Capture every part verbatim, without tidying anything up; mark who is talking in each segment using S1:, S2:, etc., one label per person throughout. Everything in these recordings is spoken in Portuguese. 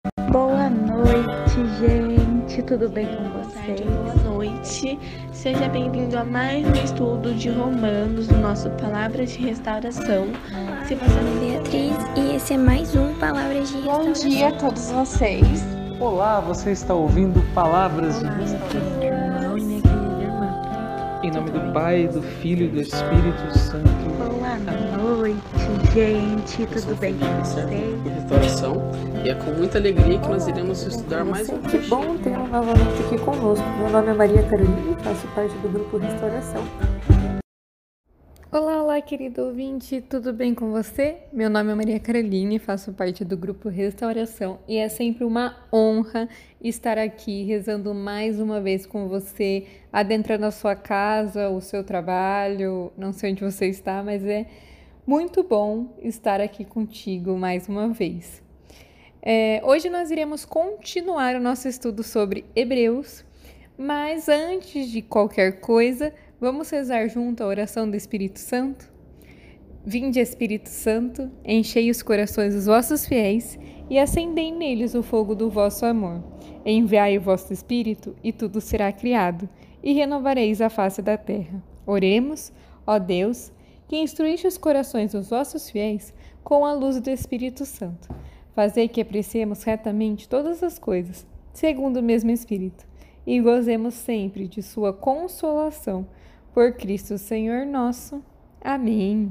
S1: Boa noite, gente. Tudo bem com
S2: Boa
S1: vocês?
S2: tarde, boa noite. Seja bem-vindo a mais um estudo de Romanos do nosso Palavras de Restauração. Se você não
S3: Beatriz e esse é mais um Palavras de Restauração.
S2: Bom dia a todos vocês.
S4: Olá, você está ouvindo Palavras
S2: Olá,
S4: de
S2: minha
S4: Restauração.
S2: querida irmã e minha querida irmã.
S4: Em nome do Pai, do Filho e do Espírito Santo.
S1: Boa noite, gente.
S5: Eu sou
S1: Tudo bem com
S5: Felipe, servo do
S1: vocês?
S5: Grupo Restauração, e é com muita alegria que nós iremos estudar mais um
S6: Que bom tê-lo novamente aqui conosco. Meu nome é Maria Carolina e faço parte do Grupo Restauração.
S7: Olá, olá, querido ouvinte, tudo bem com você? Meu nome é Maria Caroline, faço parte do Grupo Restauração e é sempre uma honra estar aqui rezando mais uma vez com você, adentrando a sua casa, o seu trabalho, não sei onde você está, mas é muito bom estar aqui contigo mais uma vez. É, hoje nós iremos continuar o nosso estudo sobre Hebreus, mas antes de qualquer coisa, vamos rezar junto a oração do Espírito Santo? Vinde, Espírito Santo, enchei os corações dos vossos fiéis e acendei neles o fogo do vosso amor. Enviai o vosso Espírito e tudo será criado, e renovareis a face da terra. Oremos, ó Deus, que instruíste os corações dos vossos fiéis com a luz do Espírito Santo. Fazei que apreciemos retamente todas as coisas, segundo o mesmo Espírito, e gozemos sempre de sua consolação. Por Cristo Senhor nosso. Amém.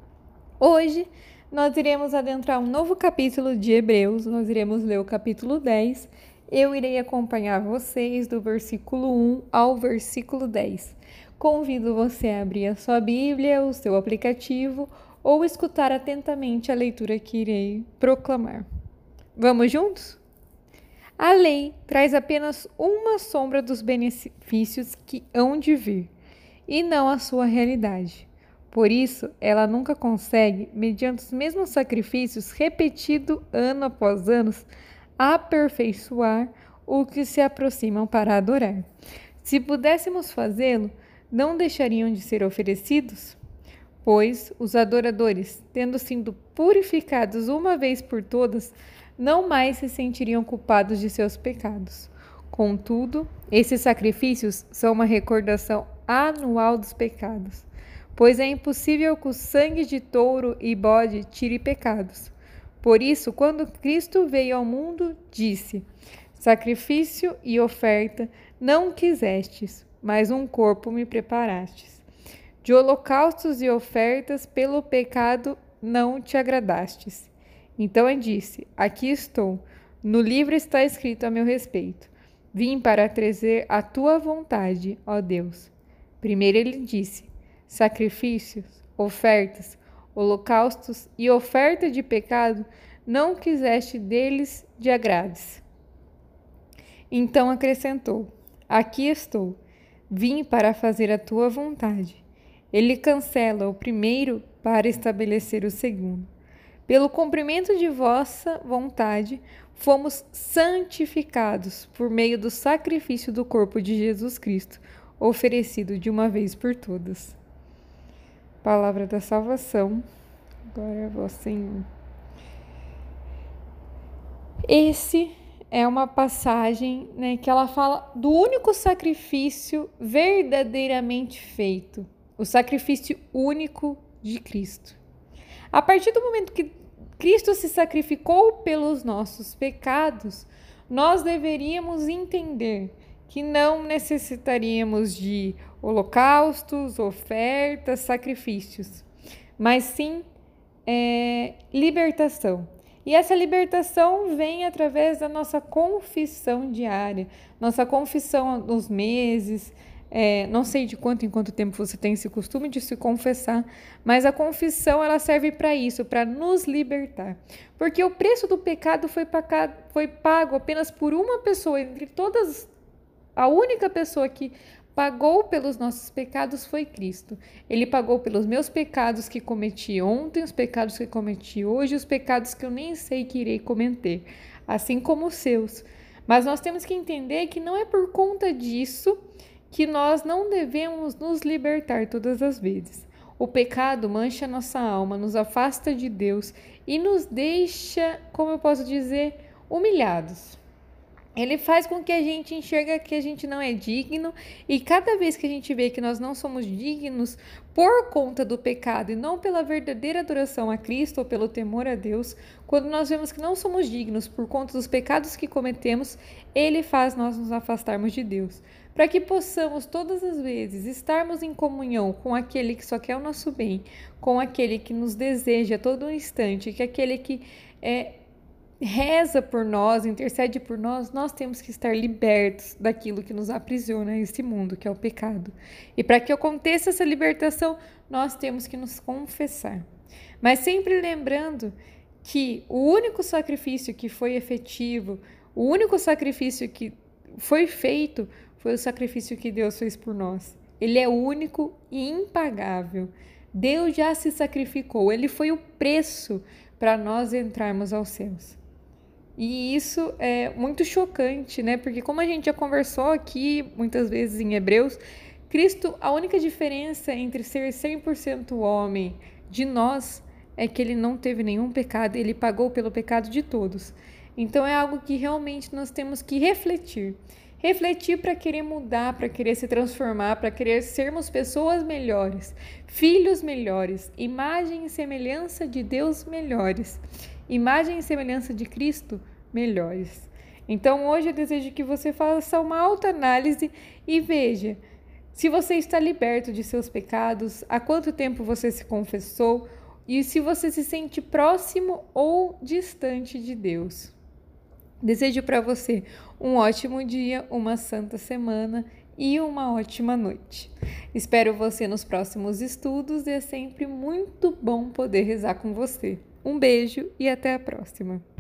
S7: Hoje nós iremos adentrar um novo capítulo de Hebreus, nós iremos ler o capítulo dez. Eu irei acompanhar vocês do versículo um ao versículo dez. Convido você a abrir a sua Bíblia, o seu aplicativo ou escutar atentamente a leitura que irei proclamar. Vamos juntos? A lei traz apenas uma sombra dos benefícios que hão de vir, e não a sua realidade. Por isso, ela nunca consegue, mediante os mesmos sacrifícios repetidos ano após ano, aperfeiçoar o que se aproximam para adorar. Se pudéssemos fazê-lo, não deixariam de ser oferecidos? Pois os adoradores, tendo sido purificados uma vez por todas, não mais se sentiriam culpados de seus pecados. Contudo, esses sacrifícios são uma recordação anual dos pecados, pois é impossível que o sangue de touro e bode tire pecados. Por isso, quando Cristo veio ao mundo, disse: sacrifício e oferta não quisestes, mas um corpo me preparastes. De holocaustos e ofertas pelo pecado não te agradastes. Então eu disse: aqui estou, no livro está escrito a meu respeito. Vim para trazer a tua vontade, ó Deus. Primeiro ele disse: sacrifícios, ofertas, holocaustos e oferta de pecado não quiseste deles de agrades. Então acrescentou: aqui estou, vim para fazer a tua vontade. Ele cancela o primeiro para estabelecer o segundo. Pelo cumprimento de vossa vontade, fomos santificados por meio do sacrifício do corpo de Jesus Cristo, oferecido de uma vez por todas. Palavra da salvação. Glória a vós, Senhor. Esse é uma passagem, né, que ela fala do único sacrifício verdadeiramente feito, o sacrifício único de Cristo. A partir do momento que Cristo se sacrificou pelos nossos pecados, nós deveríamos entender que não necessitaríamos de holocaustos, ofertas, sacrifícios, mas sim é, libertação. E essa libertação vem através da nossa confissão diária, nossa confissão nos meses. É, não sei de quanto em quanto tempo você tem esse costume de se confessar, mas a confissão ela serve para isso, para nos libertar. Porque o preço do pecado foi, pacado, foi pago apenas por uma pessoa, entre todas, a única pessoa que pagou pelos nossos pecados foi Cristo. Ele pagou pelos meus pecados que cometi ontem, os pecados que cometi hoje, os pecados que eu nem sei que irei cometer, assim como os seus. Mas nós temos que entender que não é por conta disso que nós não devemos nos libertar todas as vezes. O pecado mancha nossa alma, nos afasta de Deus e nos deixa, como eu posso dizer, humilhados. Ele faz com que a gente enxerga que a gente não é digno, e cada vez que a gente vê que nós não somos dignos por conta do pecado e não pela verdadeira adoração a Cristo ou pelo temor a Deus, quando nós vemos que não somos dignos por conta dos pecados que cometemos, Ele faz nós nos afastarmos de Deus, para que possamos todas as vezes estarmos em comunhão com aquele que só quer o nosso bem, com aquele que nos deseja a todo instante, que aquele que é reza por nós, intercede por nós. Nós temos que estar libertos daquilo que nos aprisiona a este mundo, que é o pecado. E para que aconteça essa libertação, nós temos que nos confessar. Mas sempre lembrando que o único sacrifício que foi efetivo, o único sacrifício que foi feito, foi o sacrifício que Deus fez por nós. Ele é único e impagável. Deus já se sacrificou, Ele foi o preço para nós entrarmos aos céus. E isso é muito chocante, né? Porque como a gente já conversou aqui muitas vezes em Hebreus, Cristo, a única diferença entre ser cem por cento homem de nós é que Ele não teve nenhum pecado, Ele pagou pelo pecado de todos. Então é algo que realmente nós temos que refletir. Refletir para querer mudar, para querer se transformar, para querer sermos pessoas melhores, filhos melhores, imagem e semelhança de Deus melhores, imagem e semelhança de Cristo melhores. Então hoje eu desejo que você faça uma autoanálise e veja se você está liberto de seus pecados, há quanto tempo você se confessou e se você se sente próximo ou distante de Deus. Desejo para você um ótimo dia, uma santa semana e uma ótima noite. Espero você nos próximos estudos e é sempre muito bom poder rezar com você. Um beijo e até a próxima!